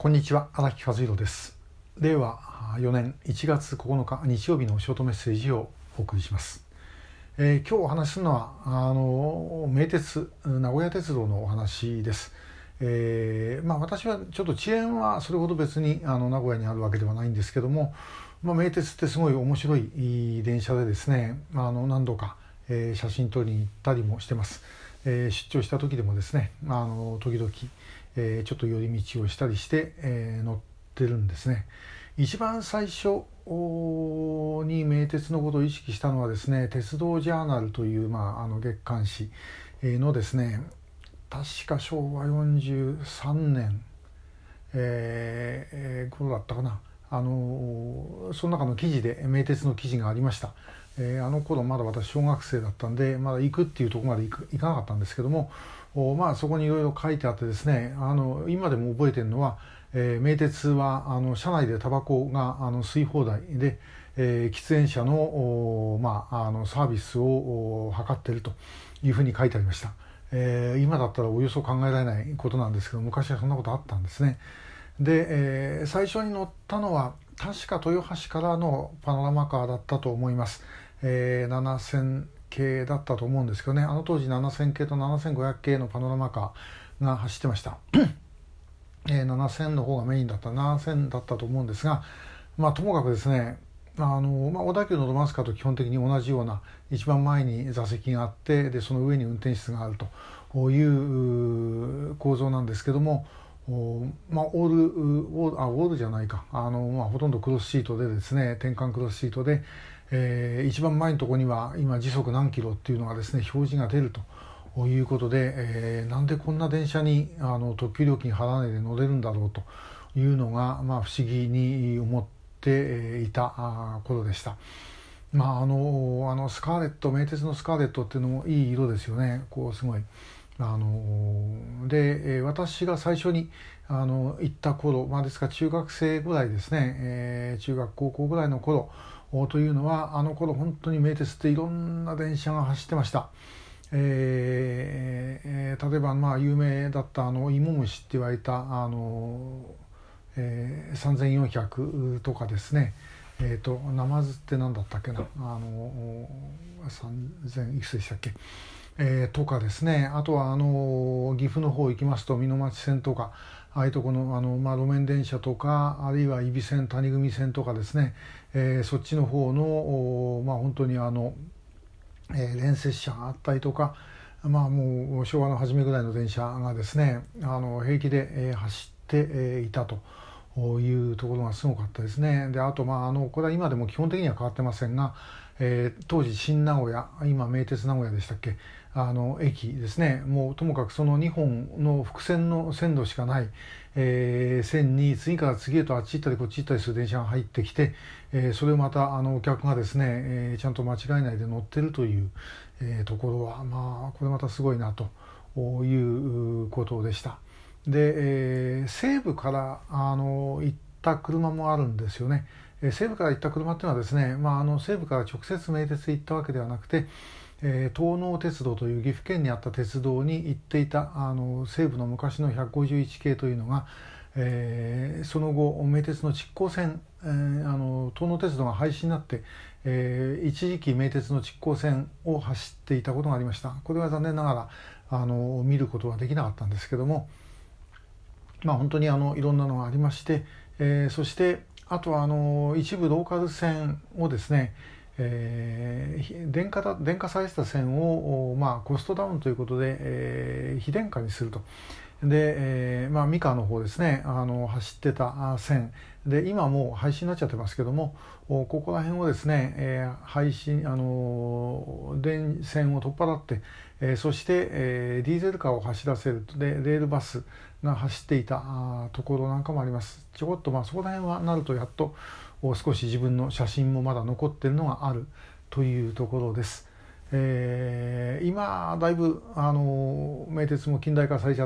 こんにちは、荒木和弘です。令和4年1月9日日曜日のショートメッセージをお送りします。今日お話しするのは名鉄名古屋鉄道のお話です。私はちょっと遅延はそれほど別に名古屋にあるわけではないんですけども、名鉄ってすごい面白い電車でですね、何度か、写真撮りに行ったりもしてます。出張した時でもですね、時々ちょっと寄り道をしたりして、乗ってるんですね。一番最初に名鉄のことを意識したのはですね、鉄道ジャーナルという、月刊誌のですね、確か昭和43年、頃だったかな。その中の記事で名鉄の記事がありました。あの頃まだ私小学生だったんで、まだ行くっていうところまで行かなかったんですけども、そこにいろいろ書いてあってですね、今でも覚えてるのは、名鉄は車内でタバコが吸い放題で、喫煙者の、サービスを図っているというふうに書いてありました。今だったらおよそ考えられないことなんですけど、昔はそんなことあったんですね。で、最初に乗ったのは確か豊橋からのパノラマカーだったと思います。7000系だったと思うんですけどね、あの当時7000系と7500系のパノラマカーが走ってました。7000の方がメインだった7000だったと思うんですが、ともかくですね、小田急のロマンスカーと基本的に同じような一番前に座席があって、でその上に運転室があるという構造なんですけども、オールじゃないか、ほとんどクロスシートでですね、転換クロスシートで、一番前のところには今時速何キロっていうのがですね表示が出るということで、なんでこんな電車に特急料金払わないで乗れるんだろうというのが、不思議に思っていた頃でした。スカーレット、名鉄のスカーレットっていうのもいい色ですよね。こうすごい私が最初に行った頃、ですから中学生ぐらいですね、中学高校ぐらいの頃というのは、あの頃本当に名鉄っていろんな電車が走ってました。例えば有名だった芋虫って言われた3400とかですね、ナマズって何だったっけな、3000いくつでしたっけ、とかですね、あとは岐阜の方行きますと美濃町線とか、ああいうとこの路面電車とか、あるいは揖斐線谷組線とかですね、そっちの方の本当に連接車があったりとか、もう昭和の初めぐらいの電車がですね平気で、走って、いたというところがすごかったですね。であとこれは今でも基本的には変わってませんが、当時新名古屋、今名鉄名古屋でしたっけ、駅ですね、もうともかくその2本の複線の線路しかない、線に次から次へとあっち行ったりこっち行ったりする電車が入ってきて、それをまたお客がですね、ちゃんと間違えないで乗ってるという、ところはこれまたすごいなということでした。で、西部から行った車もあるんですよね。西部から行った車っていうのはですね、西部から直接名鉄行ったわけではなくて、東濃鉄道という岐阜県にあった鉄道に行っていた西部の昔の151系というのが、その後名鉄の築港線、東濃鉄道が廃止になって、一時期名鉄の築港線を走っていたことがありました。これは残念ながら見ることはできなかったんですけども、本当にいろんなのがありまして、そしてあとは一部ローカル線をですね、電化されてた線を、コストダウンということで、非電化にすると。で、三河の方ですね、走ってた線で今もう廃止になっちゃってますけども、ここら辺をですね、電線を取っ払って、そして、ディーゼルカーを走らせるでレールバスが走っていたところなんかもあります。ちょこっとそこら辺はなるとやっと少し自分の写真もまだ残っているのがあるというところです。今だいぶ名鉄も近代化されちゃって、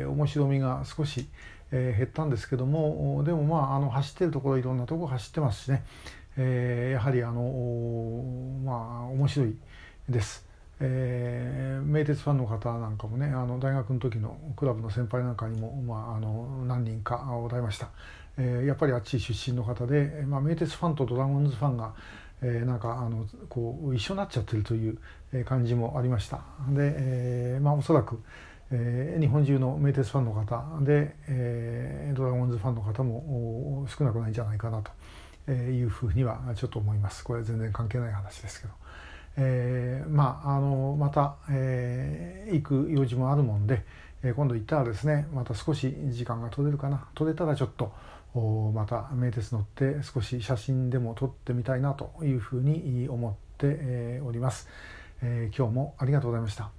面白みが少し、減ったんですけども、でも走ってるところいろんなところ走ってますしね、やはり面白いです。 名鉄ファンの方なんかもね、大学の時のクラブの先輩なんかにも、何人かおられました。やっぱりあっち出身の方で、名鉄ファンとドラゴンズファンが、なんかこう一緒になっちゃってるという感じもありました。で、おそらく、日本中の名鉄ファンの方で、ドラゴンズファンの方も少なくないんじゃないかなというふうにはちょっと思います。これは全然関係ない話ですけど。また、行く用事もあるもんで、今度行ったらですね、また少し時間が取れるかな、取れたらちょっとまた名鉄乗って少し写真でも撮ってみたいなというふうに思っております。今日もありがとうございました。